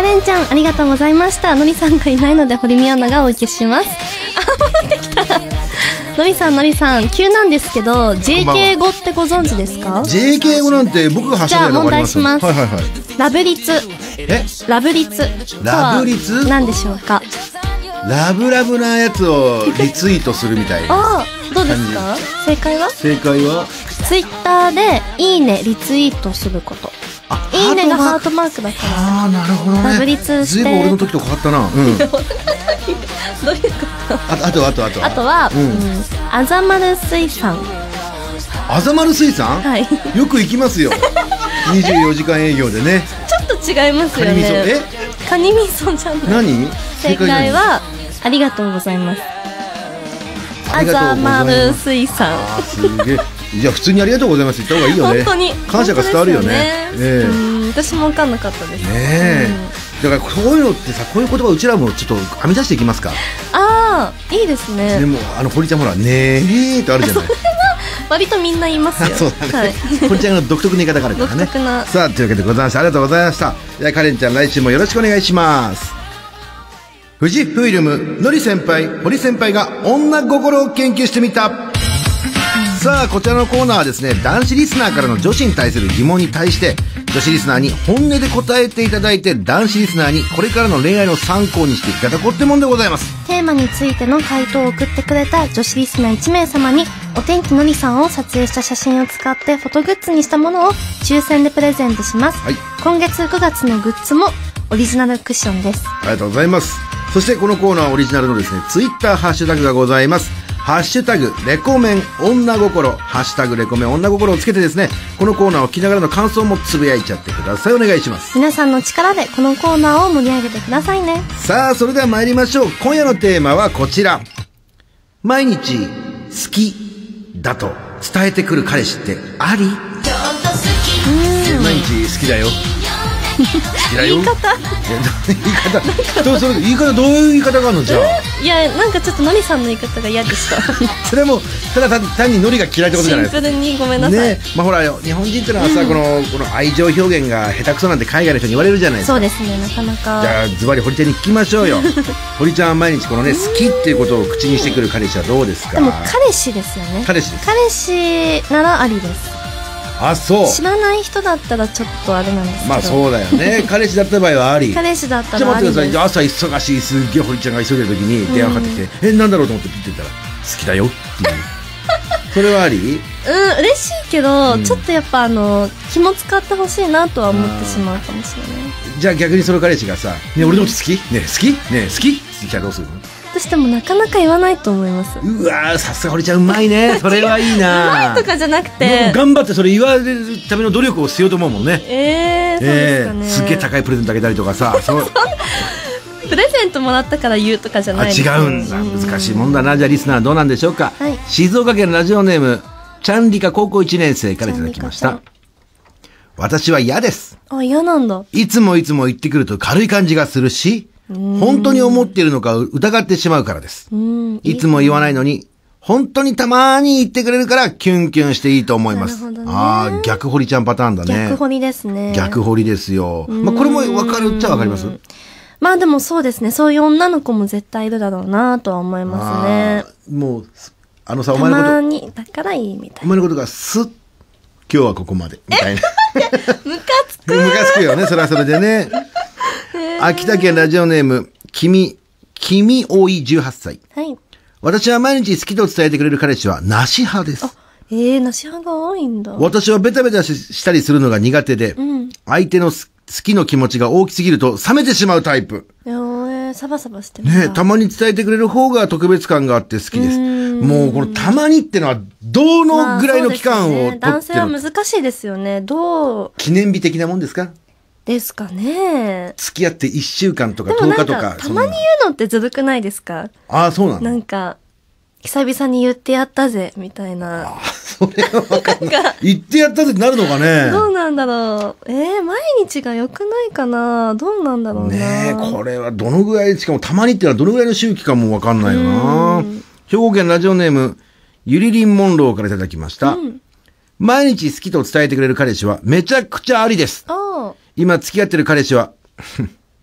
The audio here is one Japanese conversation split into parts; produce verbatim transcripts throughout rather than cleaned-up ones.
レンちゃんありがとうございました。のりさんがいないので堀美アナがお受けします。あ、戻ってきた。のりさんのりさん急なんですけど ジェーケー 語ってご存知ですか？ ジェーケー 語なんて僕が発祥でじゃあ問題します。 はいはいはい。 ラブリツ。 えラブリツラブリツ何でしょうか？ ラブラブなやつをリツイートするみたいな。 ああ、どうですか？正解は？ 正解はツイッターでいいねリツイートすること。いいねがハートマークだから。 ああ、なるほどね。 ラブリツして。 ずいぶん俺の時と変わったな。うん。 どういうことあとあとあとあとあとは、うんうん、あざまる水産。 あざまる水産、 はい、 よく行きますよ。にじゅうよじかん営業でね。 ちょっと違いますよね。えカニ味噌じゃない。 何？ 正解はありがとうございます。あざまる水産。 あ、すげえ。じゃあ普通にありがとうございます言った方がいいよね。 本当に感謝が伝わるよね。ねえ、うん、私も分かんなかったです。 ねえ、うん、だからこういうのってさ、こういう言葉うちらもちょっと編み出していきますか。 ああ、いいですね。 でもあの堀ちゃんほらねえってあるじゃない。 それは割とみんな言いますよ。 そうだね。はい、堀ちゃんの独特な言い方があるからね。 独特な。 さあというわけでございました。ありがとうございました。じゃあカレンちゃん来週もよろしくお願いします。富士フイルムのり先輩堀先輩が女心を研究してみた。さあこちらのコーナーはですね、男子リスナーからの女子に対する疑問に対して女子リスナーに本音で答えていただいて、男子リスナーにこれからの恋愛の参考にしていただこうってもんでございます。 テーマについての回答を送ってくれた女子リスナーいち名様にお天気のりさんを撮影した写真を使ってフォトグッズにしたものを抽選でプレゼントします。はい、今月くがつのグッズもオリジナルクッションです。 ありがとうございます。そしてこのコーナーはオリジナルのですねツイッターハッシュタグがございます。ハッシュタグレコメン女心、ハッシュタグレコメン女心をつけてですね、このコーナーを聞きながらの感想もつぶやいちゃってください。お願いします。 皆さんの力でこのコーナーを盛り上げてくださいね。 さあそれでは参りましょう。今夜のテーマはこちら。毎日好きだと伝えてくる彼氏ってあり？毎日好きだよ言い方言い方どうそれ言い方どういう言い方があるのじゃあ。 いやなんかちょっとのりさんの言い方が嫌でしたそれもただ単単にのりが嫌いってことじゃないですか。 シンプルにごめんなさい、 ね、まあほら日本人ってのはさ、うん、このこの愛情表現が下手くそなんて海外の人に言われるじゃないですか。 そうですね、なかなか。 じゃあズバリ堀ちゃんに聞きましょうよ堀ちゃんは毎日このね好きっていうことを口にしてくる彼氏はどうですか？ でも彼氏ですよね。 彼氏です。 彼氏ならありです。 あ、そう。 知らない人だったらちょっとあれなんですけど。 まあそうだよね彼氏だった場合はあり。 彼氏だったらありです。 ちょっと待ってください。朝忙しいすっげえ堀ちゃんが急いでる時に電話かかってきて、うん、えなんだろうと思ってピッて言ったら好きだよっていうそれはあり？ うん嬉しいけど、うん、ちょっとやっぱあの気も使ってほしいなとは思ってしまうかもしれない。 じゃあ逆にその彼氏がさ、ね、俺のこと好き？ね好き？ね好き？って言ったらどうするの？ 私でもなかなか言わないと思います。 うわーさすが堀ちゃんうまいねそれはいいなうまいとかじゃなくて頑張ってそれ言われるための努力をしようと思うもんね。 えー、そうですかね、えー、 すっげえ高いプレゼントあげたりとかさそプレゼントもらったから言うとかじゃないです。 あ違うんだ、難しいもんだな。じゃあリスナーどうなんでしょうか、はい、静岡県ラジオネームちゃんりか高校いちねん生からいただきました。私は嫌です。 あ、嫌なんだ。 いつもいつも言ってくると軽い感じがするし本当に思っているのか疑ってしまうからです。いつも言わないのに本当にたまに言ってくれるからキュンキュンしていいと思います。ね、ああ逆堀ちゃんパターンだね。 逆堀ですね。 逆堀ですよ。まあこれも分かるっちゃ分かります。 まあでもそうですね、そういう女の子も絶対いるだろうなとは思いますね。 もうあのさお前のことたまにだからいいみたいな。 お前のことがすっ今日はここまでみたいなムカつくムカつくよねそれはそれでね秋田県ラジオネーム君君おいじゅうはっさい、はい、私は毎日好きと伝えてくれる彼氏はなし派です。あ、 えー、なし派が多いんだ。 私はベタベタ し, したりするのが苦手で、うん、相手の好きの気持ちが大きすぎると冷めてしまうタイプ。 えー、サバサバしてるね。 たまに伝えてくれる方が特別感があって好きです。もうこのたまにってのはどのぐらいの期間を取ってる、まあね、男性は難しいですよね。どう記念日的なもんですかですかね。 付き合っていっしゅうかんとかとおかとか。 たまに言うのってずるくないですか？ ああ、そうなの。 なんか久々に言ってやったぜみたいな。 あそれは分かんない言ってやったぜってなるのかね。 どうなんだろう。えー、毎日が良くないかな。どうなんだろうな。 ねえ、これはどのぐらい、しかもたまにってのはどのぐらいの周期かも分かんないよな。兵庫県ラジオネームゆりりんモンローからいただきました、うん、毎日好きと伝えてくれる彼氏はめちゃくちゃありです。今付き合ってる彼氏は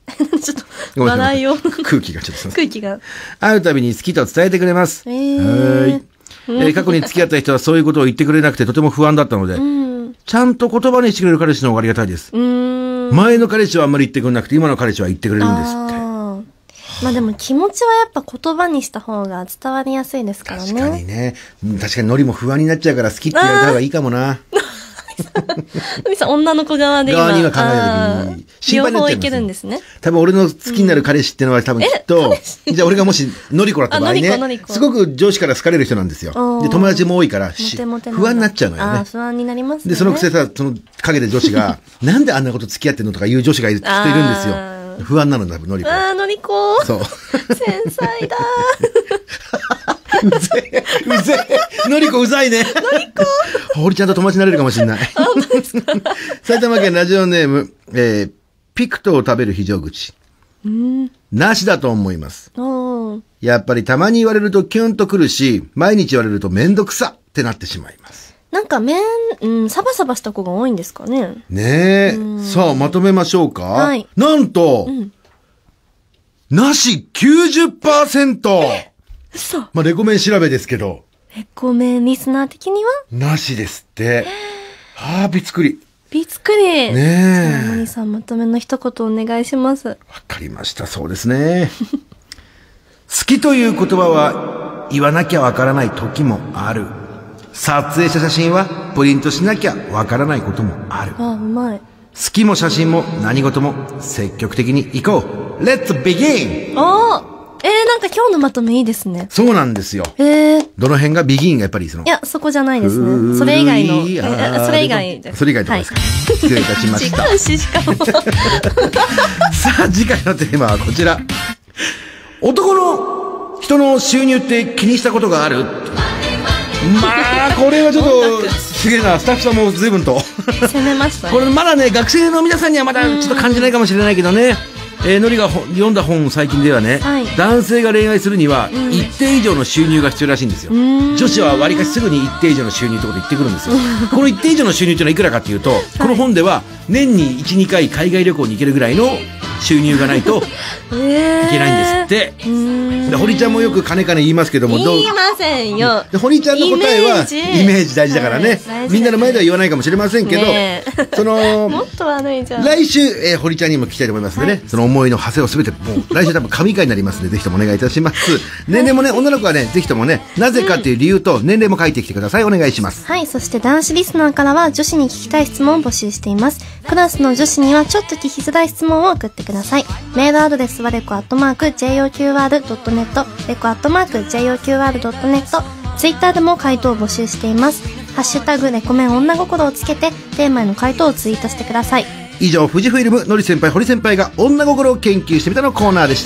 ちょっと、笑いを。 空気がちょっと。 空気が。 会うたびに好きと伝えてくれます。 えー、 はい。えー、過去に付き合った人はそういうことを言ってくれなくてとても不安だったので、うん、ちゃんと言葉にしてくれる彼氏の方がありがたいです。うーん、前の彼氏はあんまり言ってくれなくて、今の彼氏は言ってくれるんですって。 まあでも気持ちはやっぱ言葉にした方が伝わりやすいですからね。 確かにね。確かにノリも不安になっちゃうから好きって言われた方がいいかもな。 ノリさん、女の子側で今。 側には考えた時に。 心配になっちゃいます。両方いけるんですね。 多分俺の好きになる彼氏ってのは多分きっと、うん、じゃあ俺がもしノリコだった場合ね、すごく上司から好かれる人なんですよ。で、友達も多いから、モテモテ不安になっちゃうのよね。 不安になりますね。 で、そのくせさ、その陰で女子が、なんであんなこと付き合ってんのとか言う女子がいる人いるんですよ。不安なのだ、のりこ。 ああ、のりこ。 そう。 繊細だー。うぜえ、うぜえ。のりこうざいね。のりこ。堀ちゃんと友達になれるかもしれない。 本当ですか。 埼玉県ラジオネーム、えー、ピクトを食べる非常口。うん。なしだと思います。おやっぱりたまに言われるとキュンとくるし、毎日言われるとめんどくさってなってしまいます。 なんか麺、うん、サバサバした子が多いんですかね。 ねえ。さあ、まとめましょうか。はい。なんと、うん、なし きゅうじゅっパーセント。え、 嘘。 まあ、レコメン調べですけど。 レコメンリスナー的にはなしですって。はあ、びっくり。 びっくり。 ねえ。 モニさん、まとめの一言お願いします。わかりました。そうですね。好きという言葉は言わなきゃわからない時もある。撮影した写真はプリントしなきゃわからないこともある。 あ、うまい。 好きも写真も何事も積極的に行こう。Let's begin! おー、えー、なんか今日のまとめいいですね。 そうなんですよ。 えー、 どの辺が begin がやっぱりその。 いや、そこじゃないですね。それ以外の。え、それ以外それ以外とかですか、はい、失礼いたしました。 違うし、しかも。さあ、次回のテーマはこちら。男の人の収入って気にしたことがある？まあ、これはちょっと、すげえな、スタッフさんも随分と。 攻めましたね。 これまだね、学生の皆さんにはまだちょっと感じないかもしれないけどね。えー、のりが読んだ本最近ではね、はい、男性が恋愛するには一定以上の収入が必要らしいんですよ。女子はわりかしすぐに一定以上の収入ってこと言ってくるんですよ。この一定以上の収入っていうのはいくらかっていうと、この本では年にいち、にかい海外旅行に行けるぐらいの収入がないといけないんですって。えー、で堀ちゃんもよく金金言いますけども、どう言いませんよ。 で堀ちゃんの答えはイメージ大事だからね、はい、みんなの前では言わないかもしれませんけど、ね、そのもっと悪いじゃん。 来週、えー、堀ちゃんにも聞きたいと思いますのでね、はい、その思いの馳せをすべてもう来週多分神回になりますのでぜひともお願いいたします。年齢もね、女の子はねぜひともね、なぜかっていう理由と年齢も書いてきてください。お願いします。 はい。そして男子リスナーからは女子に聞きたい質問を募集しています。クラスの女子にはちょっと聞きづらい質問を送ってください。メールアドレスはレコアットマーク ジェイオーキューアールドットネット、レコアットマーク ジェイオーキューアールドットネット。ツイッターでも回答を募集しています。ハッシュタグレコメン女心をつけてテーマへの回答をツイートしてください。 以上、富士フイルムのり先輩堀先輩が女心を研究してみたのコーナーでした。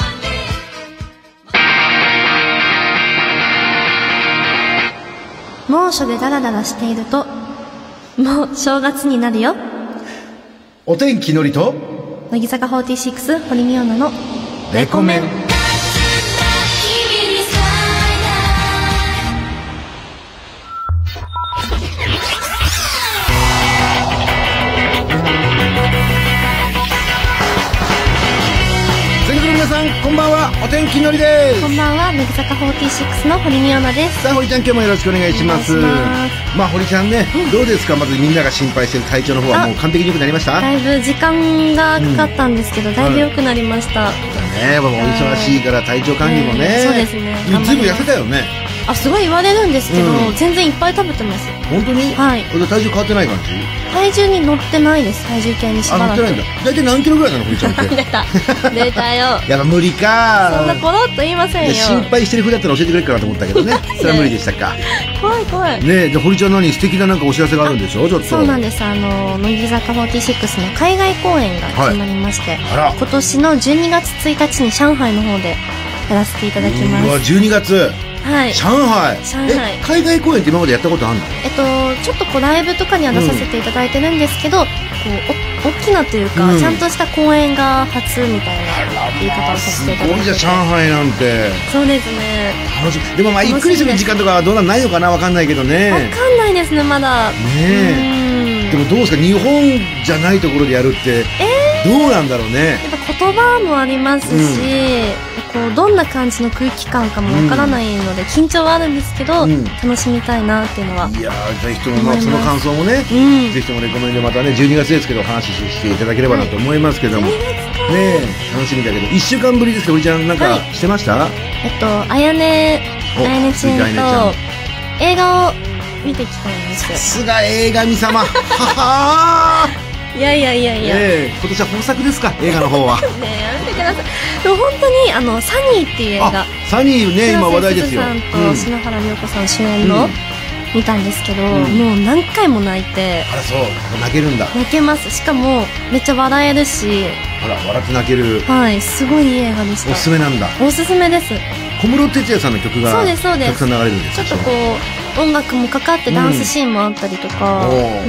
猛暑でダラダラしているともう正月になるよ。 お天気のりと乃木坂フォーティーシックス堀美央奈のレコメン。皆さんこんばんは、お天気のりです。 こんばんは、乃木坂フォーティーシックスの堀美央奈です。 さあ堀ちゃん、今日もよろしくお願いします。まあ堀ちゃんね、うん、どうですか。まずみんなが心配してる体調の方はもう完璧に良くなりました？ だいぶ時間がかかったんですけど、うん、だいぶ良くなりました。 ね、もうお忙しいから体調管理もね、 そうですね、 ずいぶん痩せたよね。 あ、すごい言われるんですけど、うん、全然いっぱい食べてます。 本当に？ はい。 体重変わってない感じ？ 体重に乗ってないです。体重計にしばらく。 あ、乗ってないんだ。大体何キロぐらいなの堀ちゃんって？ 出た出たよ。 やっぱ無理か。 そんなポロッと言いませんよ。 心配してるふりだったら教えてくれるかなと思ったけどね。それは無理でしたか。 怖い怖い。 ねえ、で堀ちゃん何素敵ななんかお知らせがあるんでしょ？ちょっと。 そうなんです。あの乃木坂フォーティーシックスの海外公演が決まりまして、はい、今年のじゅうにがつついたちに上海の方でやらせていただきます。 うわ、じゅうにがつ。 はい、 上海。 上海。 海外公演って今までやったことあるの？ えっとちょっとこうライブとかには出させていただいてるんですけど、うん、こうお大きなというか、うん、ちゃんとした公演が初みたいな言い方をさせていただいて。 すごいじゃん、上海なんて。 そうですね。 楽しみ。でもまあゆっくりする時間とかはどうなんないのかな、わかんないけどね。 わかんないですね、まだ。 ねえ。でもどうですか、日本じゃないところでやるって。えーどうなんだろうね。 やっぱ言葉もありますし、うん、こうどんな感じの空気感かもわからないので、うん、緊張はあるんですけど、うん、楽しみたいなっていうのは。 いやー、ぜひとも、まあ、その感想もね、うん、ぜひともレコメンでまたね、じゅうにがつですけど、話していただければなと思いますけども。はい、ねえ、楽しみだけど、いっしゅうかんぶりですけど、堀ちゃんなんかしてました？はい、 えっと、あやね、あやねちゃんと、映画を見てきたんですよ。 さすが映画神様。ははー。 いやいやいやいや、 えー、今年は豊作ですか、映画の方は。 ねえ、やめてください。でも本当にあのサニーっていう映画、 サニーね、今話題ですよ。 さんと篠原涼子さん主演の、うん、見たんですけど、うん、もう何回も泣いて。 あら、そう泣けるんだ。 泣けます。しかもめっちゃ笑えるし。 あら、笑って泣ける。 はい、すごいいい映画でした。 おすすめなんだ。 おすすめです。 小室哲哉さんの曲がそうですそうです、 たくさん流れるんですちょっとこう音楽もかかってダンスシーンもあったりとか、うん、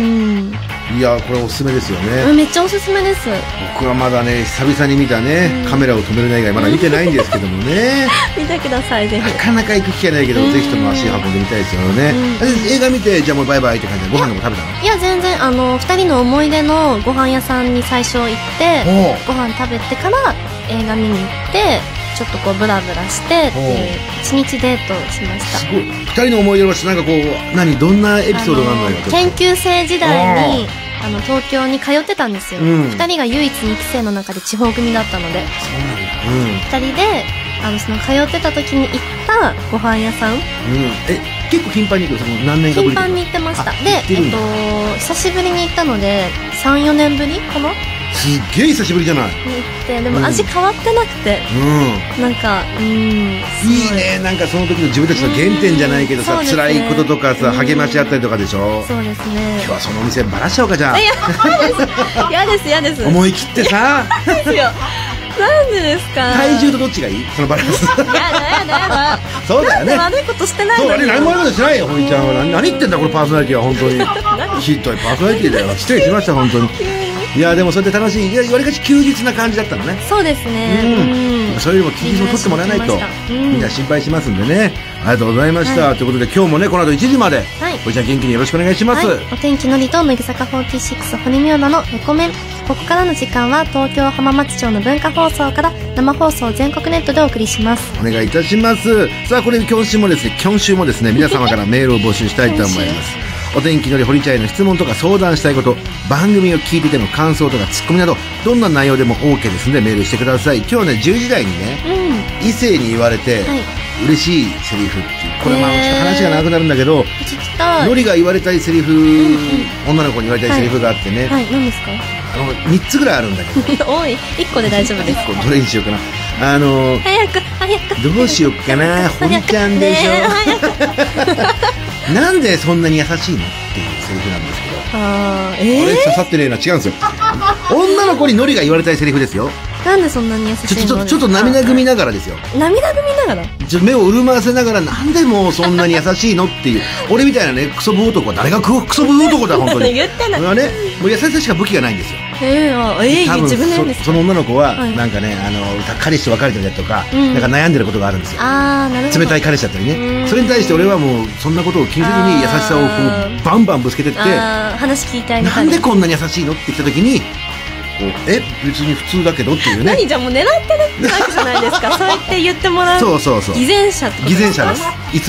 いやこれおすすめですよね。 めっちゃおすすめです。 僕はまだね久々に見たね、うん、カメラを止めるな以外まだ見てないんですけどもね。 見てくださいぜひ。 なかなか行く機会ないけど、うん、ぜひとも足を運んでみたいですよね、うん、映画見てじゃあもうバイバイって感じでご飯でも食べたの？ いや全然あのふたりの思い出のご飯屋さんに最初行ってご飯食べてから映画見に行ってちょっとこうブラブラしてっていう一日デートをしました。 すごい。ふたりの思い出はなんかこう何どんなエピソードがあるのよ。 研究生時代にあの東京に通ってたんですよ、うん、ふたりが唯一にき生の中で地方組だったので、そうなんだ、うん、ふたりであのその通ってた時に行ったご飯屋さん、うん、 え結構頻繁に行く？その何年かぶり？ 頻繁に行ってました。で、えっと久しぶりに行ったのでさん、よねんぶりかな。 すっげえ久しぶりじゃない。 で, でも味変わってなくて、うん、なんかうんいいね。なんかその時の自分たちの原点じゃないけどさ、ね、辛いこととかさ励まし合ったりとかでしょ。 そうですね。 今日はそのお店バラしちゃおうかじゃあ。 いや嫌です嫌です。 思い切ってさ。 ですよ。なんでですか。 体重とどっちがいい？そのバランス。やだやだやだ。そうだよね。 悪いことしてないのに。 そう、何も悪いことしてないよ、堀ちゃんは。何何言ってんだこのパーソナリティは本当に。ひどいパーソナリティだよ。失礼しました本当に。いやでもそれで楽しい。いやわりかし休日な感じだったのね。 そうですね。 うん。それよりも休日を取ってもらわないとみんな心配しますんでね。ありがとうございました。ということで今日もねこの後いちじまで堀ちゃん元気によろしくお願いします。 お天気のりと乃木坂フォーティーシックス堀美央奈のレコメン。ここからの時間は東京浜松町の文化放送から生放送全国ネットでお送りします。 お願いいたします。さあこれ今週もですね今週もですね皆様からメールを募集したいと思います。お天気のり堀ちゃんへの質問とか相談したいこと、番組を聞いてての感想とかツッコミなどどんな内容でも OK ですのでメールしてください。今日はねじゅうじ台にね、うん、異性に言われて、はい、嬉しいセリフっていうこれまあ話が長くなるんだけど、のりが言われたいセリフ、うんうん、女の子に言われたいセリフがあってね、 はい、はい、何ですか？ あのみっつぐらいあるんだけど多い。いっこで大丈夫です。いっこどれにしようかな。あの早く早くどうしようかな。堀ちゃんでしょ、ね、なんでそんなに優しいのっていうセリフなんですけど、 あ、えー、 あれ刺さってねえな。違うんですよ。女の子にのりが言われたいセリフですよ。 なんでそんなに優しいの？ ちょっとちょっと涙ぐみながらですよ。 涙ぐみながらちょっと目を潤ませながらなんでもうそんなに優しいのっていう俺みたいなねクソブ男は誰がクソブ男だ本当に。 言ってない。 俺はねもう優しさしか武器がないんですよ。 えー、えー、自分で言うんですか？ その女の子はなんかね、はい、あの彼氏と別れてるやつとか、うん、なんか悩んでることがあるんですよ。 あー、なるほど。 冷たい彼氏だったりね。それに対して俺はもうそんなことを気にせずに優しさをこうバンバンぶつけてって、 話聞いてあげたい。 なんでこんなに優しいのって来た時にこうえ別に普通だけどっていうね。 何じゃもう狙ってるってわけじゃないですか。そうやって言ってもらう。 そうそうそう。 偽善者ってことですか？ 偽善者です。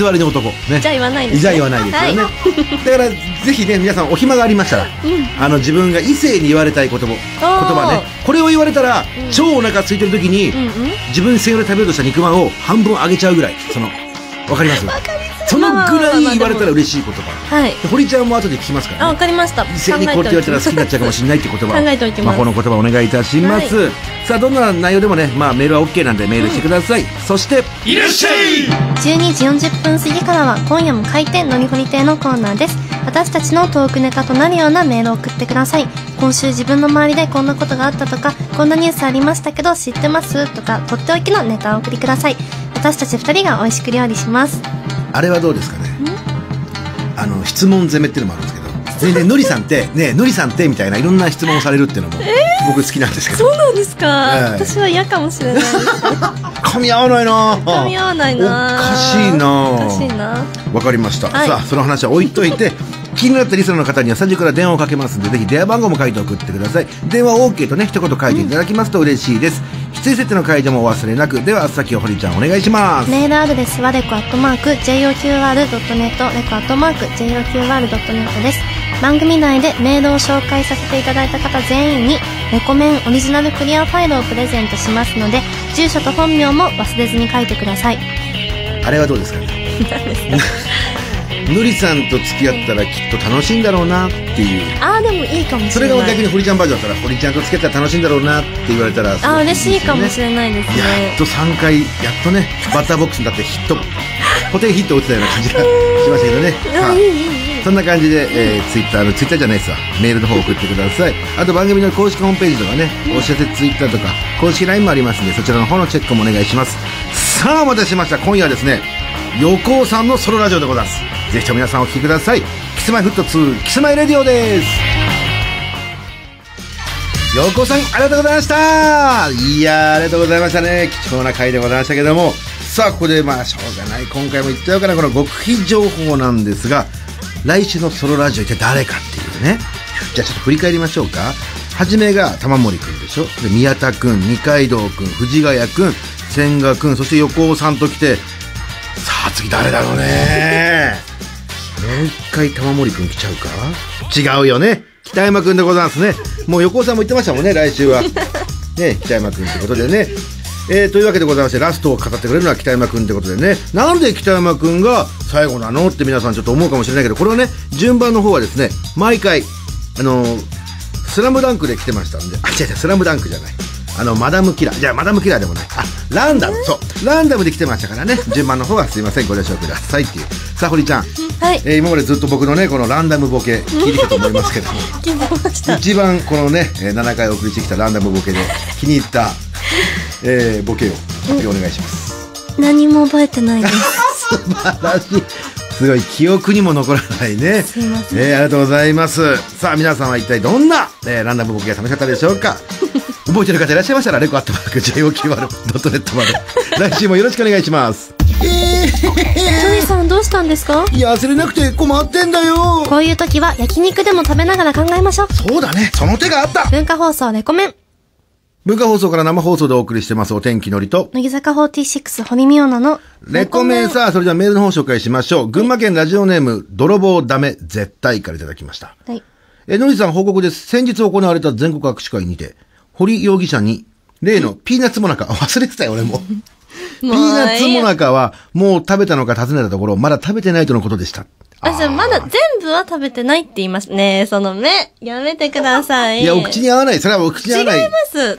偽りの男ね。 じゃあ言わないですね。 じゃあ言わないですよね、はい、だからぜひね皆さんお暇がありましたら、うん、あの自分が異性に言われたい言葉言葉ねこれを言われたら、うん、超お腹空いてる時に、うんうん、自分専用で食べようとした肉まんを半分あげちゃうぐらいそのわかります？わかります。そのぐらい言われたら嬉しい言葉。はい。堀ちゃんも後で聞きますからね。 あ、わかりました。 異性にこうって言われたら好きになっちゃうかもしれないって言葉を。 考えておきます。 魔法の言葉をお願いいたします。はい、さあどんな内容でもね、まあメールは OK なんでメールしてください。うん、そしていらっしゃい。 じゅうにじよんじゅっぷん過ぎからは今夜も開店のりほり亭のコーナーです。私たちのトークネタとなるようなメールを送ってください。今週自分の周りでこんなことがあったとか、こんなニュースありましたけど知ってますとか、とっておきのネタをお送りください。私たちふたりが美味しく料理します。 あれはどうですかね。あの質問攻めっていうのもあるんですけど、全然のりさんってねのりさんってみたいないろんな質問をされるっていうのも僕好きなんですけど。 そうなんですか。えー、私は嫌かもしれないです。 噛み合わないな。 噛み合わないな。 おかしいな。 おかしいな。 わかりました。はい、さあその話は置いといて。 気になったリスナーの方にはスタジオから電話をかけますんで、ぜひ電話番号も書いて送ってください。電話 OK とね、一言書いていただきますと嬉しいです。出演設定の解除もお忘れなく。では、先を堀ちゃんお願いします。 メールアドレスはレコアットマーク ジェイオーキューアールドットネット、レコアットマーク ジェイオーキューアールドットネット です。番組内でメールを紹介させていただいた方全員にレコメンオリジナルクリアファイルをプレゼントしますので、住所と本名も忘れずに書いてください。 あれはどうですかね。 何ですか？ のりさんと付き合ったらきっと楽しいんだろうなっていう。 ああ、でもいいかもしれない。 それが逆に堀ちゃんバージョンだったら、堀ちゃんと付き合ったら楽しいんだろうなって言われたら、 ああ、嬉しいかもしれないですね。 やっとさんかい、やっとね、バッターボックスになってヒット、固定ヒットを打ってたような感じがしましたけどね。 あ、いいいいいい。 そんな感じで、えー、ツイッターのツイッターじゃないですわ、メールの方送ってください。あと番組の公式ホームページとかね、お知らせツイッターとか公式 ライン もありますんで、そちらの方のチェックもお願いします。さあ、お待たせしました。今夜はですね、横尾さんのソロラジオでございます。ぜひとも皆さんお聴きください。キスマイフットツーキスマイレディオです。横尾さん、ありがとうございました。いやー、ありがとうございましたね。貴重な回でございましたけども、さあ、ここでまあしょうがない、今回も言っちゃうかな、この極秘情報なんですが、来週のソロラジオ一体誰かっていうね。じゃあちょっと振り返りましょうか。はじめが玉森くんでしょ。で、宮田くん、二階堂くん、藤ヶ谷くん、千賀くん、そして横尾さんと来て、さあ次誰だろうね。もう一回玉森くん来ちゃうか。違うよね。北山くんでございますね。もう横尾さんも言ってましたもんね、来週は。ね、北山くんってことでね。えー、というわけでございまして、ラストを語ってくれるのは北山くんってことでね。なんで北山くんが最後なのって皆さんちょっと思うかもしれないけど、これはね、順番の方はですね、毎回、あのー、スラムダンクで来てましたんで、あ、違う違う、スラムダンクじゃない。あの、マダムキラー。じゃあ、マダムキラーでもない。あ、ランダム。そう。ランダムで来てましたからね。順番の方はすいません、ご了承くださいっていう。さあ、堀ちゃん。 はい。 えー、今までずっと僕のね、このランダムボケ、聞いてきたと思いますけども。 聞いてました。 一番このね、ななかいお送りしてきたランダムボケで気に入った、えー、ボケを発表お願いします。 何も覚えてないです。 素晴らしい。すごい、記憶にも残らないね。 すいません。 えー、ありがとうございます。さあ、皆さんは一体どんな、えー、ランダムボケが楽しかったでしょうか。覚えてる方いらっしゃいましたら、レコアットマーク ジェイオーキューアールドットネット まで。来週もよろしくお願いします。えー、 トニーさんどうしたんですか？ いや、忘れなくて困ってんだよ。 こういう時は焼肉でも食べながら考えましょう。 そうだね。その手があった。 文化放送レコメン。 文化放送から生放送でお送りしてますお天気のりと乃木坂フォーティーシックス堀美央奈のレコメン。さあ、それではメールの方紹介しましょう。群馬県ラジオネーム泥棒ダメ絶対からいただきました。 はい。 えのりさん報告です。先日行われた全国握手会にて堀容疑者に例のピーナッツモナカ忘れてたよ俺も。ピーナッツモナカはもう食べたのか尋ねたところまだ食べてないとのことでした。 あ、じゃあまだ全部は食べてないって言いましたね。その目、やめてください。 いや、お口に合わない。それはお口に合わない。 違います。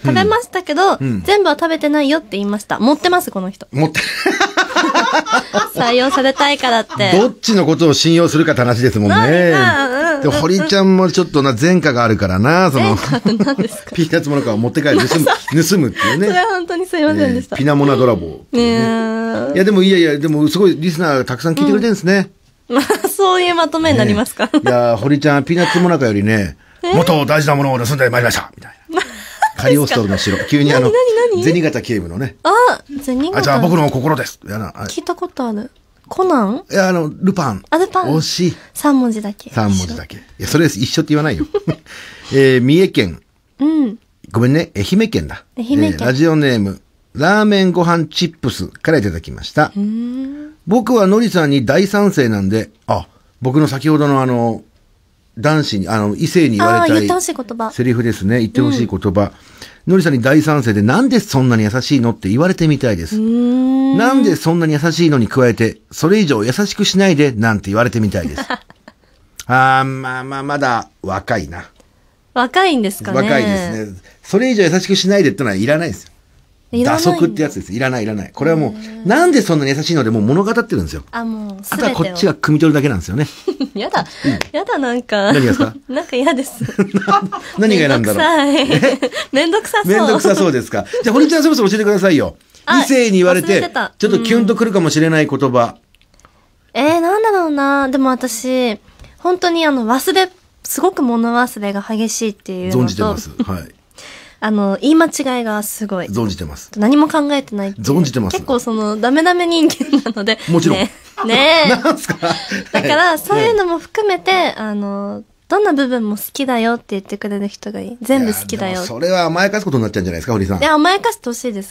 食べましたけど、うん、全部は食べてないよって言いました。持ってます、この人。 持って。 採用されたいからって。 どっちのことを信用するかって話ですもんね。でも、堀ちゃんもちょっとな、前科があるからな、その。 前科って何ですか？ ピーナッツモナカを持って帰る、盗む、盗むっていうね。 それは本当にすいませんでした。 えー、ピナモナ泥棒、ね。いや、でもいやいや、でもすごいリスナーたくさん聞いてくれてるんですね。 うん、まあ、そういうまとめになりますか、ね、 いや、堀ちゃん、ピーナッツモナカよりね、もっと大事なものを盗んでまいりましたみたいな。カリオストルの城。急にあの、銭形警部のね。 あ、銭形。 あ、じゃあ僕の心です。やな。 聞いたことある。コナン？ いや、あの、ルパン。 あ、ルパン。 惜しい。 三文字だけ。 三文字だけ。いや、それ一緒って言わないよ。えー、三重県。 うん。 ごめんね、愛媛県だ。 愛媛県。えー、ラジオネーム、ラーメンご飯チップスからいただきました。 うん。 僕はのりさんに大賛成なんで、あ、僕の先ほどのあの、男子に、あの、異性に言われたい。 あ、言ってほしい言葉。 セリフですね。言ってほしい言葉。うんのりさんに大賛成で、なんでそんなに優しいのって言われてみたいです。んなんでそんなに優しいのに加えて、それ以上優しくしないで、なんて言われてみたいです。あー、まあまあ、まだ若いな。 若いんですかね。 若いですね。それ以上優しくしないでってのはいらないですよ。打足ってやつです。いらないいらない。これはもう、なんでそんなに優しいのでもう物語ってるんですよ。 あ、もう、 あとはこっちが汲み取るだけなんですよね。 やだ、うん、やだなんか。 何がですか？ なんか嫌です。 何が嫌なんだろう。 めんどくさい。 めんどくさそうですか。じゃあ、堀ちゃんそろそろ教えてくださいよ。異性に言われて、ちょっとキュンとくるかもしれない言葉。 うん、えー、なんだろうな。でも私、本当にあの、忘れ、すごく物忘れが激しいっていうのと。 存じてます。はい。 あの、言い間違いがすごい。 存じてます。 何も考えてないっていう。 存じてます。 結構その、ダメダメ人間なので。 もちろん。 ね、 ねえ。 なんすかだから、そういうのも含めて、あの、どんな部分も好きだよって言ってくれる人がいい。全部好きだよ。 それは甘やかすことになっちゃうんじゃないですか、堀さん。 いや、甘やかしてほしいです。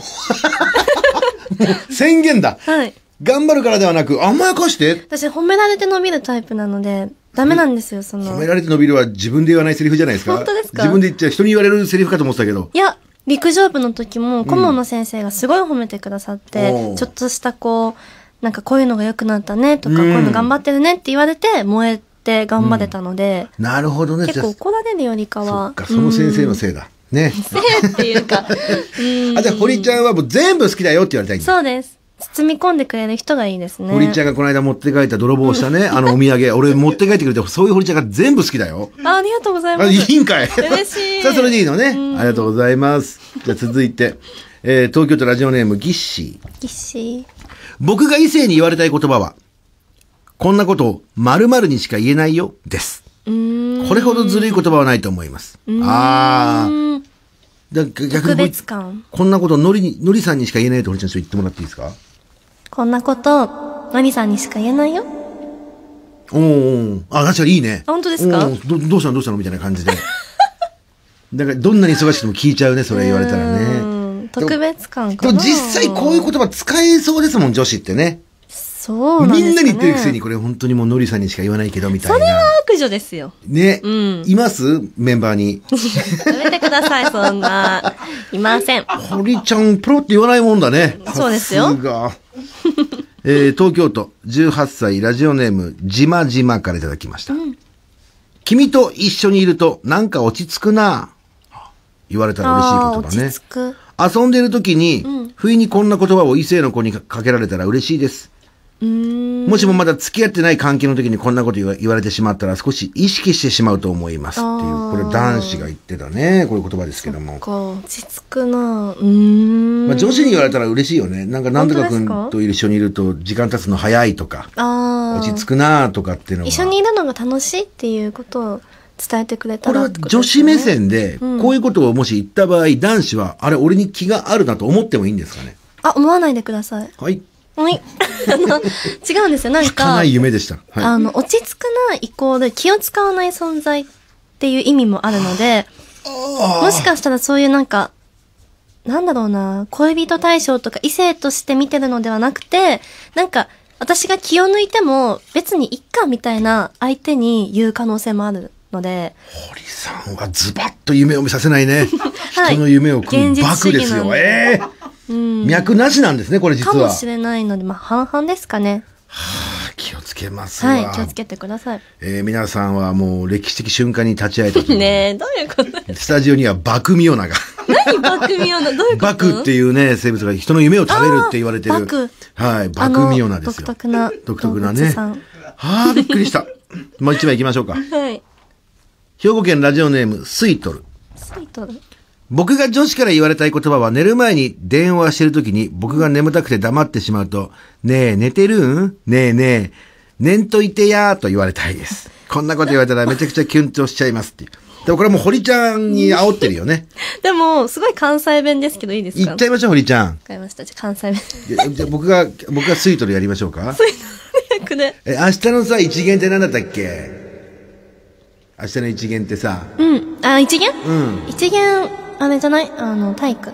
宣言だ。 はい。 頑張るからではなく、甘やかして。 私、褒められて伸びるタイプなので、ダメなんですよ、その。 褒められて伸びるは自分で言わないセリフじゃないですか。 本当ですか？ 自分で言っちゃう人に言われるセリフかと思ってたけど。 いや、陸上部の時も、顧問の先生がすごい褒めてくださって、 うん、 ちょっとしたこう、なんかこういうのが良くなったねとか、うん、こういうの頑張ってるねって言われて、燃えて頑張れたので、 うん、なるほどね。 結構怒られるよりかは。 そっか、その先生のせいだ。うん、ね。 せいっていうか。 うん、あ、じゃあ堀ちゃんはもう全部好きだよって言われたいんだ。 そうです。包み込んでくれる人がいいですね。 堀ちゃんがこの間持って帰った泥棒したね、あのお土産、俺持って帰ってくれて、そういう堀ちゃんが全部好きだよ。 あ、ありがとうございます。 あ、いいんかい。 嬉しい。 さあ、それでいいのね。ありがとうございます。じゃあ続いて、えー、東京都ラジオネームギッシー。 ギッシー。 僕が異性に言われたい言葉は、こんなことを〇〇にしか言えないよ、です。うーん。これほどずるい言葉はないと思います。ああ。だ逆特別感。 こんなことのりに、のりさんにしか言えないと堀ちゃんちょっと言ってもらっていいですか？ こんなこと、のりさんにしか言えないよ。 おー、あ、確かにいいね。 本当ですか？ ど、どうしたのどうしたのみたいな感じで。だから、どんなに忙しくても聞いちゃうね、それ言われたらね。 特別感かな。 でも実際こういう言葉使えそうですもん、女子ってね。 そうなんですかね。 みんなに言ってるくせにこれ本当にもうのりさんにしか言わないけど、みたいな。 それは悪女ですよ。 ね。うん。いますメンバーに。 やめてください、そんな。いません。 堀ちゃん、プロって言わないもんだね。 そうですよ。 さすが。えー、東京都じゅうはっさいラジオネームじまじまからいただきました、うん、君と一緒にいるとなんか落ち着くな言われたら嬉しい言葉ね。 落ち着く。 遊んでる時に、うん、不意にこんな言葉を異性の子にかけられたら嬉しいです。うーん、もしもまだ付き合ってない関係の時にこんなこと言わ、言われてしまったら少し意識してしまうと思いますっていう、これ男子が言ってたね、こういう言葉ですけども。 そっか、落ち着くな。うーん、 まあ、女子に言われたら嬉しいよね。なんかなんとかくんと一緒にいると時間経つの早いとか、あ、落ち着くなとかっていうのが。 一緒にいるのが楽しいっていうことを伝えてくれたらってことですね。 これは女子目線で、こういうことをもし言った場合、うん、男子は、あれ、俺に気があるなと思ってもいいんですかね。 あ、思わないでください。 はい。 はい。あの、違うんですよ。なんか。 儚い夢でした。 はい、あの、落ち着くなイコール気を使わない存在っていう意味もあるので、もしかしたらそういうなんか、なんだろうな、恋人対象とか異性として見てるのではなくて、なんか、私が気を抜いても別にいっかみたいな相手に言う可能性もあるので。 堀さんはズバッと夢を見させないね。はい、人の夢を食うバクですよ。ええーうん、脈なしなんですね、これ実は。 かもしれないので、まあ、半々ですかね。 はあ、気をつけますわ。 はい、気をつけてください。 えー、皆さんはもう歴史的瞬間に立ち会えたという。 ねえ、どういうことですか？ スタジオにはバクミオナが。 何バクミオナ？どういうこと？ バクっていうね、生物が人の夢を食べるって言われてる。 バク。 はい、バクミオナですよ。 独特な。 独特なね。はあ、びっくりした。もう一枚行きましょうか。 はい。 兵庫県ラジオネーム、スイトル。 スイトル。 僕が女子から言われたい言葉は寝る前に電話してる時に僕が眠たくて黙ってしまうと、ねえ寝てるん？ねえねえ、寝んといてやーと言われたいです。こんなこと言われたらめちゃくちゃキュンとしちゃいますっていう。でもこれはもう堀ちゃんに煽ってるよね。 でも、すごい関西弁ですけどいいですか？ 言っちゃいましょう、堀ちゃん。わかりました。じゃあ関西弁。 じゃあ僕が、僕がスイートルやりましょうか？ スイートル役で。 え、明日のさ、一元って何だったっけ？明日の一元ってさ。 うん。あ、一元？ うん。 一元、あれじゃない？あの、体育。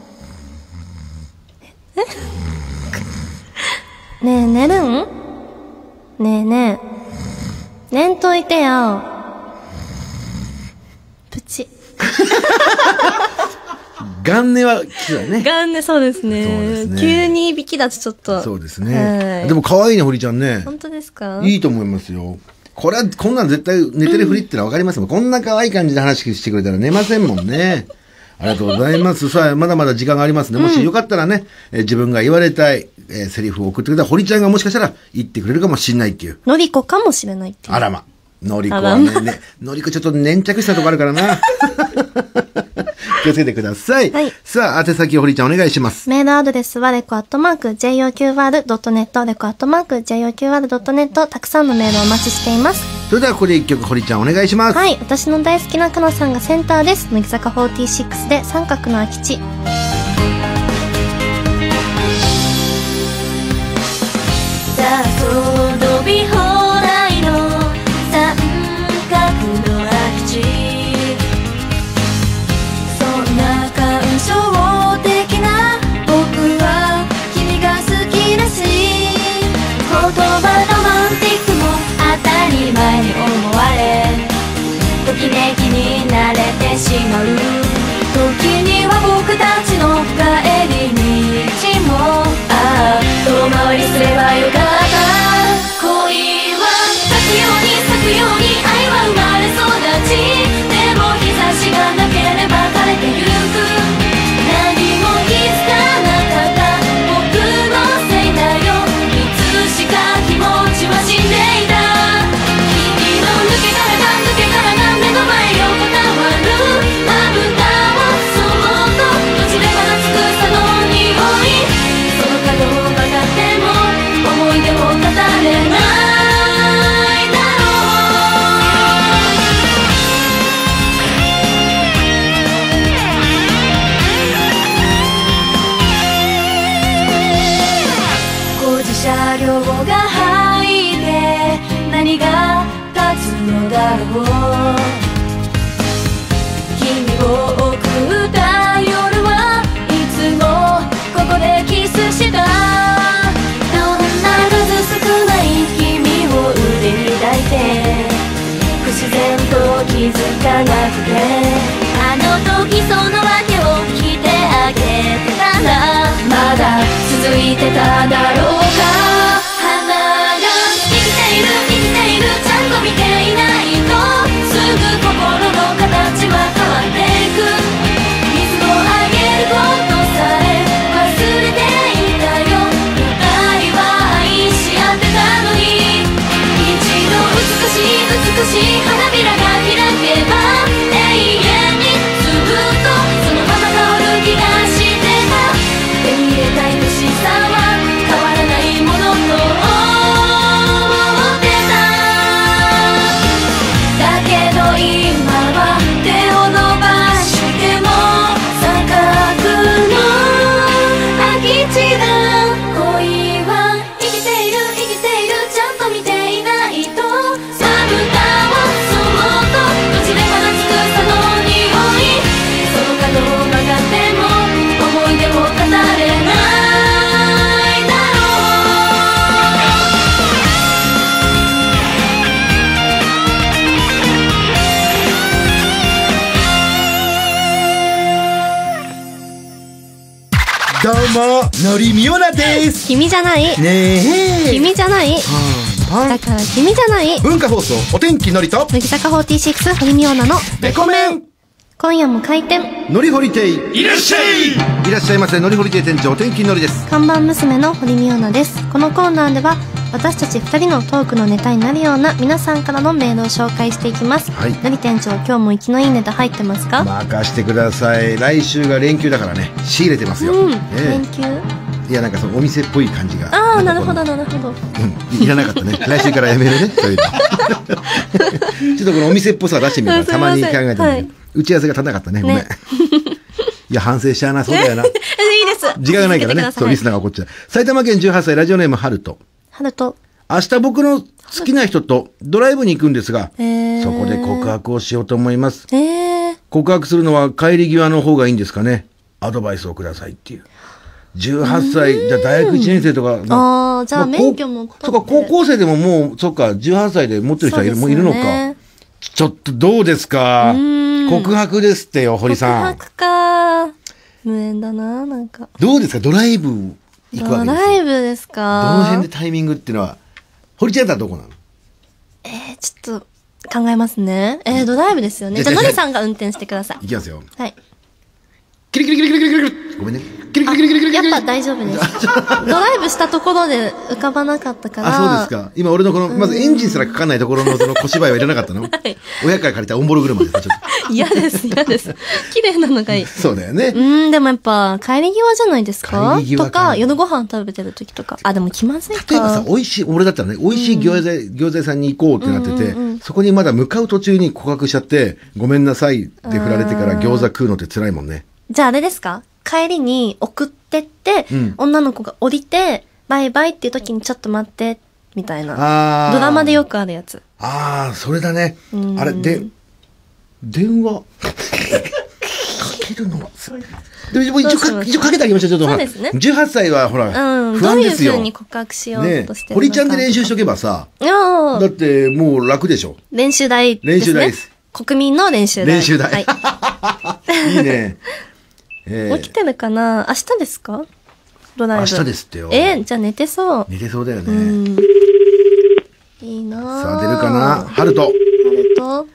えねえ、寝るん？ねえねえ。寝んといてよ。プチ。 元年はきつだね。 元年そうですね。そうですね。急にいびきだとちょっと。 そうですね。でも可愛いね、堀ちゃんね。 本当ですか？ いいと思いますよ。これは、こんなん絶対寝てるふりってのはわかりますもん。こんな可愛い感じで話してくれたら寝ませんもんね。ありがとうございます。さあ、まだまだ時間がありますね。もしよかったらね、えー、自分が言われたい、えー、セリフを送ってくれた堀ちゃんがもしかしたら言ってくれるかもしれないっていう。 のりこかもしれないっていう。 あらま。のりこはね、ね、のりこちょっと粘着したとこあるからな。気をつけてください。はい。さあ、宛先堀ちゃんお願いします。 メールアドレスはレコアットマーク ジェイオーキューアールドットネット レコアットマーク ジェイオーキューアールドットネット たくさんのメールをお待ちしています。 それではここで一曲堀ちゃんお願いします。 はい。私の大好きなかなさんがセンターです。乃木坂フォーティーシックスで三角の空き地。 誰り放題の三角の空き地、そんな感傷的な僕は君が好きだし、言葉ロマンティックも当たり前に思われ、ときめきに慣れてしまう。時には僕たちの帰り道も、ああ遠回りすればよかった。恋は咲くように咲くように愛は生まれ育ち、でも日差しがなければ枯れてゆく。何も気づかなかった僕のせいだよ、いつしか気持ちは死んでいた。君の抜け殻が抜け殻が目の前横たわる、まぶたをそっと閉じれば夏草の匂い、その角を曲がっても思い出を語れないだろう。工事車両が入って何が立つのだろう。君を送った夜はいつもここでキスした。どんな数少ない君を腕に抱いて不自然と気づかなくて、あの時その訳を聞いてあげてたらまだ続いてただろうか。花が生きている生きているちゃんと見ていないとすぐ心の形は変わっていく。水をあげることさえ忘れていたよ。二人は愛し合ってたのに、一度美しい美しい花びらが開けば永遠にずっとそのまま香る気がしてた。手に入れたいしさは変わらないものと思ってた。だけど今は手を伸ばしても錯覚の空き地だ。恋は生きている生きているちゃんと見ていないと、まぶたをそっと閉じれば夏草の匂い、その角を曲がっても思い出を語れないだろどうも、のりみおなです。 君じゃない。 ねえ。 君じゃない。 パンだから君じゃない。 文化放送、お天気のりと、 乃木坂フォーティーシックス堀美央奈のレコメン。 今夜も開店。 のりほり亭、いらっしゃい。いらっしゃいませ、のりほり亭店長、お天気のりです。 看板娘の堀美央奈です。このコーナーでは私たちふたりのトークのネタになるような皆さんからのメールを紹介していきます。 はい。 のり店長、今日も生きのいいネタ入ってますか？ 任してください。来週が連休だからね、仕入れてますよ。 うん、 ねえ連休。 いや、なんかそのお店っぽい感じが。 ああ、なるほんかこのどなるほど。 うん、いらなかったね。来週からやめるね。そういうの。ちょっとこのお店っぽさ出してみるから、たまに考えてみる、はい、打ち合わせが足んなかったね。ごめん。ね、いや、反省しちゃうな。そうだよな。いいです。 時間がないからね。そう、リスナーが怒っちゃう。埼玉県じゅうはっさい、ラジオネーム、はると。 はると。 明日僕の好きな人とドライブに行くんですが、そこで告白をしようと思います。 えー、 告白するのは帰り際の方がいいんですかね。アドバイスをくださいっていう。じゅうはっさい、じゃあ大学いちねん生とか。 ああ、じゃあ免許も取って。 そっか、高校生でももう、そっか、じゅうはっさいで持ってる人はいる、もういるのか。ちょっとどうですか？告白ですってよ、堀さん。 告白か。無縁だな、なんか。 どうですか？ドライブ行くわけですよ。 ドライブですか？ どの辺でタイミングっていうのは、堀ちゃんだったらどこなの？ えー、ちょっと考えますね。えー、ドライブですよね。じゃあ、のりさんが運転してください。 いきますよ。 はい。 キリキリキリキリキリキリごめんね。キリキリキリキリキリやっぱ大丈夫です。ドライブしたところで浮かばなかったから。 あ、そうですか。今俺のこの、まずエンジンすらかかんないところのその小芝居はいらなかったの？はい。親から借りたオンボロ車です、ちょっと。 嫌です、嫌です。綺麗なのがいい。 そうだよね。 うん、でもやっぱ、帰り際じゃないですか？ 帰り際とか、夜ご飯食べてる時とか。あ、でも気まずいか。 例えばさ、美味しい、俺だったらね、美味しい餃子、餃子屋さんに行こうってなってて、そこにまだ向かう途中に告白しちゃって、ごめんなさいって振られてから餃子食うのって辛いもんね。 じゃああれですか？帰りに送ってって、うん、女の子が降りて、バイバイっていう時にちょっと待ってっみたいな。ドラマでよくあるやつ。 ああ、それだね。あれ、で、電話。かけるのは。でも一応か、一応かけてあげましょう、ちょっと。そうですね。じゅうはっさいは、ほら、うん、不安ですよ。 どういう風に告白しようとしてるのか。 堀ちゃんで練習しとけばさ。だって、もう楽でしょ。 練習台ですね。練習台です。国民の練習台。 練習台。 はい。 いいね。 えー、起きてるかな？明日ですか？ドライブ。 明日ですってよ。 えー、じゃあ寝てそう。 寝てそうだよね。うん、 いいなぁ。 さあ、出るかな？ハルト。 ハルト。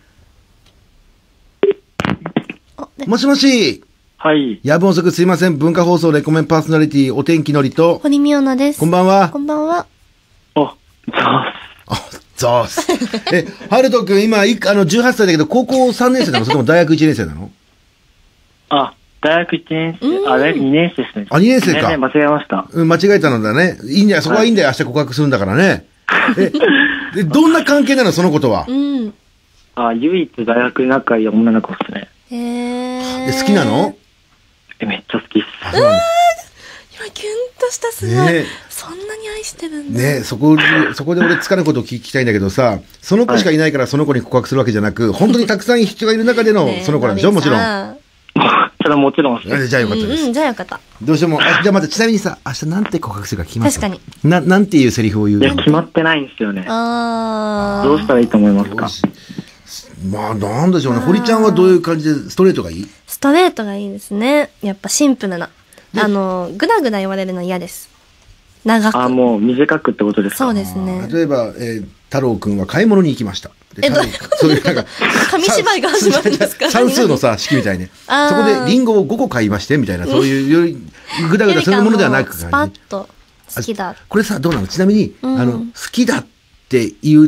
もしもし。 はい。 夜分遅くすいません。文化放送レコメンパーソナリティ、お天気のりと。 堀美央奈です。 こんばんは。 こんばんは。 あ、 ザース。あ、ザース。え、ハルト君、今、いあの、じゅうはっさいだけど、高校さんねん生なの？それとも大学いちねん生なの？ あ、大学いちねん生、あ、大学にねん生ですね。 あ、にねん生か。 ね、間違えました。 うん、間違えたのだね。いいんだよ、そこはいいんだよ、明日告白するんだからね。え、で、どんな関係なの、その子とは。 うん。 あ、唯一大学仲いい女の子ですね。 へー。好きなの？ え、めっちゃ好きっす。 あ、そうなんだ。今、キュンとした、すごい。ね、そんなに愛してるんだ。 ね、そこ、そこで俺つかぬことを聞きたいんだけどさ、その子しかいないからその子に告白するわけじゃなく、本当にたくさん人がいる中でのその子なんでしょ、もちろん。 それはもちろん。 じゃあよかったです。 うん、じゃあよかった。 どうしても、あ、じゃあまたちなみにさ、明日なんて告白するか聞きますか？ 確かに。 な、なんていうセリフを言うの？ いや、決まってないんですよね。 あどうしたらいいと思いますか？ まあ、なんでしょうね。堀ちゃんはどういう感じで、ストレートがいい？ ストレートがいいですね。やっぱシンプルな。あの、ぐだぐだ言われるの嫌です。長く。 あ、もう短くってことですか？ そうですね。 例えば、えー、太郎くんは買い物に行きました。 え、どういうこと？そういうなんか、紙芝居が始まるんですか？ 算数のさ、式みたいね。そこでリンゴをごこ買いまして、みたいな、そういう、より、ぐだぐだするものではなく、 スパッと、好きだ。 これさ、どうなの？ちなみに、あの、好きだって言って、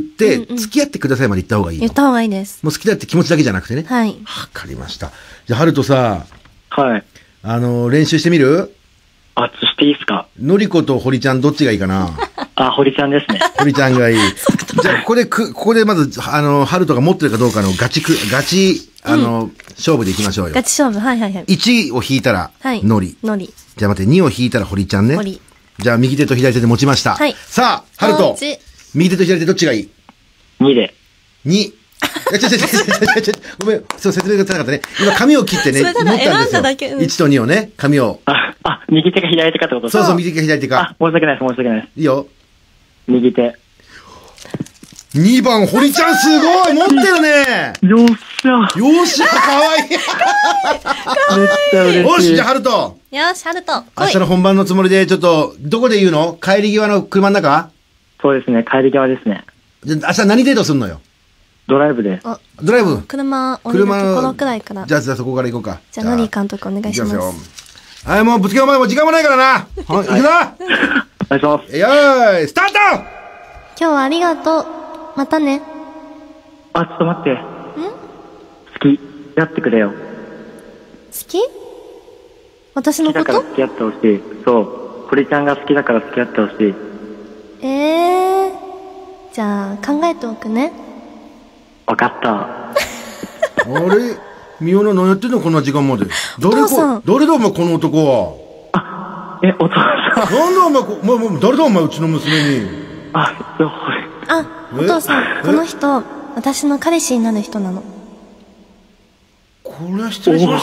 付き合ってくださいまで言った方がいいの？ 言った方がいいです。 もう好きだって気持ちだけじゃなくてね。 はい。 わかりました。じゃあ、ハルトさ、 はい。 あの、練習してみる？ あ、していいですか？ のりこと堀ちゃんどっちがいいかな？ あ、堀ちゃんですね。 堀ちゃんがいい。じゃあ、ここでく、ここでまず、あの、ハルトが持ってるかどうかのガチく、ガチ、あの、うん、勝負でいきましょうよ。 ガチ勝負、はいはいはい。 いちを引いたら、はい、のり。 のり。 じゃあ待って、にを引いたら堀ちゃんね。 堀。 じゃあ、右手と左手で持ちました。 はい。 さあ、ハルト。右手と左手どっちがいい？ に で。 に。え、ちょちょちょちょちょちょ、ごめん、そう、説明がつなかったね。今、紙を切ってね、持ったんですよ。いちとにをね、紙を。 あ、あ、右手か左手かってことですか？ そうそう、右手か左手か。 あ、申し訳ないです、申し訳ないです。 いいよ。 右手。 にばん、堀ちゃんすごい持ってるね。 よっしゃ。 よっしゃ、かわいい。 めっちゃ嬉しい。 よし、じゃあ、ハルト。 よし、ハルト。 明日の本番のつもりで、ちょっと、どこで言うの？帰り際の車の中？ そうですね、帰り際ですね。 じゃあ、明日何デートすんのよ？ ドライブで。 ドライブ？ 車、降りるところくらいから。 じゃあ、じゃあそこから行こうか。 じゃあ、ノリ監督お願いします。 はい、もうぶつけお前も時間もないからな。行くぞ。 お願いします。 よーい、スタート！ 今日はありがとう。またね。 あ、ちょっと待って。ん？好き。やってくれよ。好き？私のこと？ 好きだから付き合ってほしい。そう。堀ちゃんが好きだから付き合ってほしい。 えー。じゃあ、考えておくね。 わかった。 あれ？ミオナ何やってんのこんな時間まで。誰か、誰だお前この男は。 あ、え、お父さん。 なんだお前、お前、お前誰だお前うちの娘に。 あ、そう、 あ、お父さん、この人、私の彼氏になる人なの。 これは失礼しました。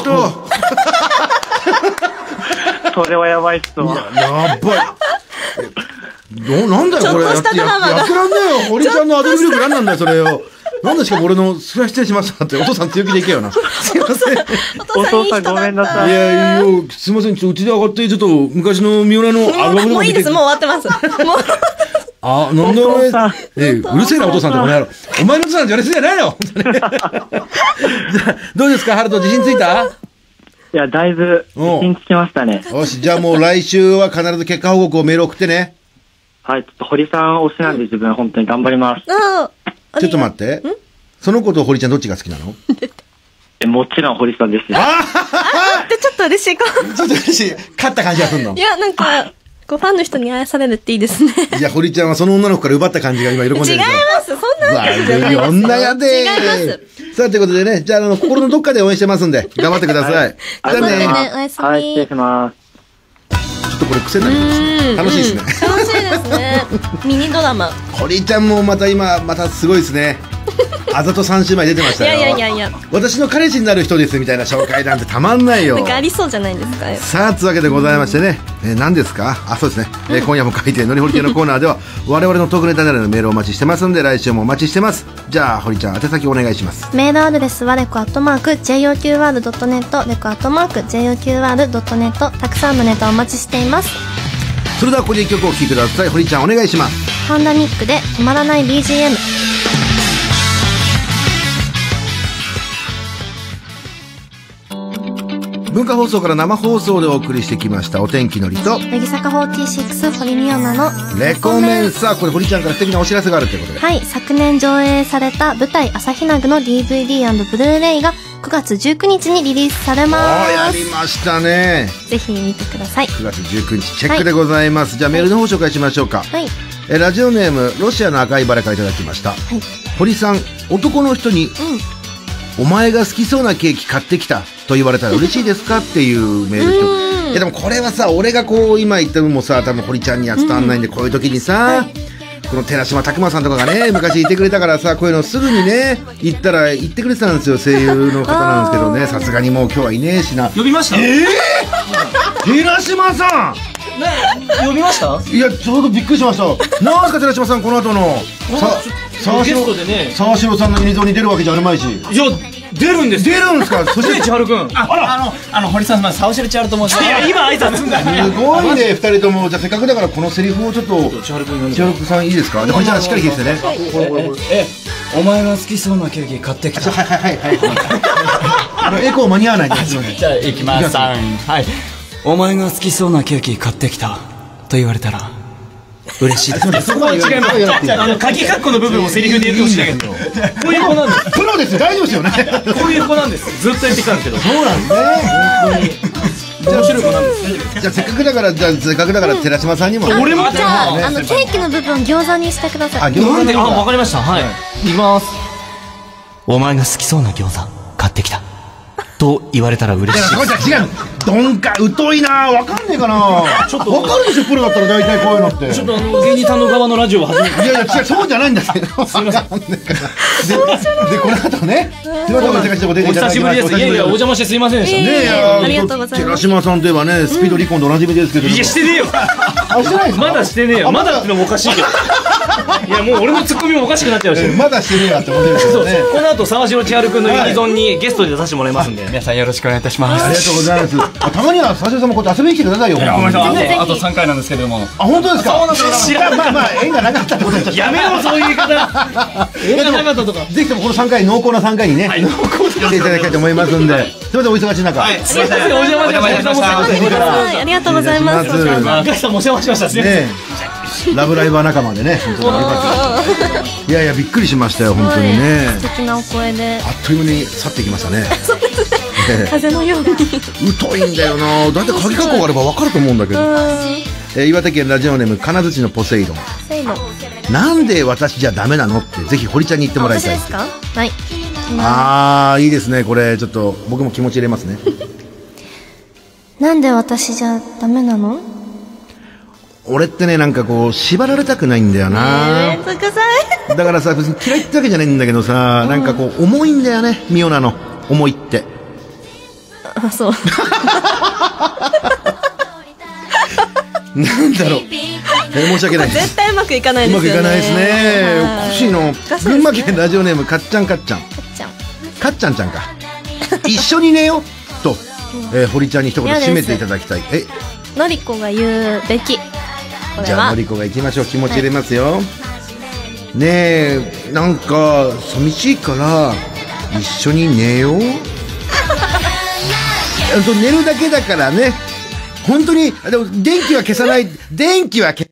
それはやばいっすわ。 いや、やばい。ど、なんだよこれ。やって、やってらんねえよ。堀ちゃんのアドリブ力何なんだよ、それよ。なんでしかも俺の、それは失礼しましたって、お父さん強気でいけよな。すいません。 お父さんごめんなさい。 いやいや、すいません、ちょっとうちで上がって、ちょっと昔のミオラのアルバムでもういいです、もう終わってます。もう。 あ、なんでお前、え、うるせえなお父さんってこの野郎。お前のお父さんじゃれすぎじゃないのどうですか、ハルト、自信ついた？ いや、だいぶ、自信つきましたね。 よし、じゃあもう来週は必ず結果報告をメール送ってね。 はい、ちょっと堀さん推しなんで自分本当に頑張ります。 ちょっと待って。その子と堀ちゃんどっちが好きなの？ え、もちろん堀さんですよ。 ああってちょっと嬉しいかも。 ちょっと嬉しい。勝った感じがするの？ いや、なんか、こうファンの人に愛されるっていいですね。 いや、堀ちゃんはその女の子から奪った感じが今喜んでる。 違います。そんなわけじゃない。 女やでー。 違います。 さあ、ということでね、じゃあ、あの、心のどっかで応援してますんで、頑張ってください。はい、じゃあね。 おやすみ。 はい、失礼します。 ちょっとこれ癖になりますね。楽しいですね。 楽しいですね。ミニドラマ。 堀ちゃんもまた今またすごいですね。あざと三姉妹出てましたよ。 いやいやいやいや。 私の彼氏になる人ですみたいな紹介なんてたまんないよ。 なんかありそうじゃないですか。 さあつうわけでございましてね、えー、何ですか。あ、そうですね、えー、今夜も書いてのりほり亭のコーナーでは我々のトークネタなどのメールをお待ちしてますんで、来週もお待ちしてます。じゃあ堀ちゃん宛先お願いします。 メールアドレスはレコアットマーク ジェイオーキューアールドットネット、レコアットマーク ジェイオーキューアールドットネット。たくさんのネタお待ちしています。 それではここで一曲お聴きください。堀ちゃんお願いします。 パンダミックで止まらない ビージーエム。 文化放送から生放送でお送りしてきましたお天気のりと乃木坂フォーティーシックス堀美央奈のレコメン。さあこれ堀ちゃんから素敵なお知らせがあるということで、 はい、昨年上映された舞台朝日奈具の ディーブイディー& ブルーレイがくがつじゅうくにちにリリースされます。 あやりましたね。 ぜひ見てください。 くがつじゅうくにちチェックでございます、はい、じゃあメールの方紹介しましょうか。 はい、 えラジオネームロシアの赤いバラからいただきました、はい、堀さん、男の人に、うん、お前が好きそうなケーキ買ってきたと言われたら嬉しいですかっていうメールと、いやでもこれはさ、俺がこう今言ったのもさ、多分堀ちゃんには伝わんないんで、うん、こういう時にさ、はい、この寺島拓磨さんとかがね昔いてくれたからさ、こういうのすぐにね言ったら言ってくれてたんですよ、声優の方なんですけどね。さすがにもう今日はいねえしな。 呼びました。 えー、寺島さんね、呼びました。 いやちょうどびっくりしました。なんですか寺島さん、この後のさ沢ゲストでね、 沢城さんのユニゾンに出るわけじゃあるまいし。 いや出るんです。 出るんですか。そして千春くん、あら、あのあの堀さん、まあ沢城千春と申します。いや今挨拶すんだ。 すごいね、二人とも。じゃあせっかくだからこのセリフをちょっと千春くん千春くんさんいいですか。堀ちゃんしっかり聞いてね。 ええ、お前が好きそうなケーキ買ってきた。 はいはいはいはい。あのエコー間に合わないです。 じゃあ行きます。はい。お前が好きそうなケーキ買ってきたと言われたら嬉しいです。そこは違います。あの鍵括弧の部分をセリフで言ってほしいんだけど、こういう子なんです。 プロですよ、大丈夫ですよね。 こういう子なんです。ずっと言ってきたんですけど。 そうなんですね。 本当に面白い子なんです。 じゃあせっかくだからじゃあせっかくだから寺島さんにも。 俺もじゃああのケーキの部分餃子にしてください。 あ、餃子で、あ、わかりました。はい。いきます。お前が好きそうな餃子買ってきたと言われたら嬉しい。 ごめんなさい、違う。どんか疎いな、わかんねえかな。ちょっとわかるでしょ、プロだったら大体こういうのって。 ちょっとあの芸人さんの側のラジオを始めて。 いやいや違う、そうじゃないんだけど。すみません。ででこの後ね、 お久しぶりです。いやいやお邪魔してすいませんでした。 ねえ、ありがとうございます。 寺島さんといえばね、スピード離婚でおなじみですけど。 いやしてねえよ。 あ、してないですか。 まだしてねえよ。まだってのもおかしいけど。いやもう俺のツッコミもおかしくなっちゃうし。 まだしてねえやって思ってるんですよね。 この後沢城千春くんのユニゾンにゲストで出させてもらいますんで、皆さんよろしくお願いいたします。 ありがとうございます。たまには沢城さんもこうやって遊びに来てくださいよ。 あとさんかいなんですけども。 あ、本当ですか。 そうなんです。知らん。 まあまあ縁がなかったってことです。 やめろそういう言い方。縁がなかったとか。 ぜひともこのさんかい、濃厚なさんかいにね、来ていただきたいと思いますんで。すみません、お忙しい中。 はい、すみません、お邪魔しました。 ありがとうございます。 赤石さんもお邪魔しました。 ね、ラブライバー仲間でね。いやいやびっくりしましたよ本当にね。 素敵なお声で。 あっという間に去っていきましたね。 風のように。 疎いんだよな。だいたい鍵括弧があれば分かると思うんだけど。えー、岩手県ラジオネーム金槌のポセイドン。なんで私じゃダメなのってぜひ堀ちゃんに言ってもらいたい。 私ですか。はい。 ああいいですね。これちょっと僕も気持ち入れますね。 なんで私じゃダメなの。 俺ってね、なんかこう縛られたくないんだよな。 えー、つくさい。 だからさ、別に嫌いってわけじゃないんだけどさ、うん、なんかこう重いんだよね、ミオナの思いって。 あ、そう。 なんだろう。えー、申し訳ない。 絶対うまくいかないですよね。 うまくいかないですね。おかしいの。群馬県ラジオネームかっちゃんかっちゃん。かっちゃん。かっちゃんちゃんか。一緒に寝ようと、えー、堀ちゃんに一言締めていただきたい。え、 のりこが言うべき。 じゃあのりこが行きましょう。気持ち入れますよ。はい、ねえ、なんか寂しいから一緒に寝よう。寝るだけだからね。本当にでも電気は消さない。電気は消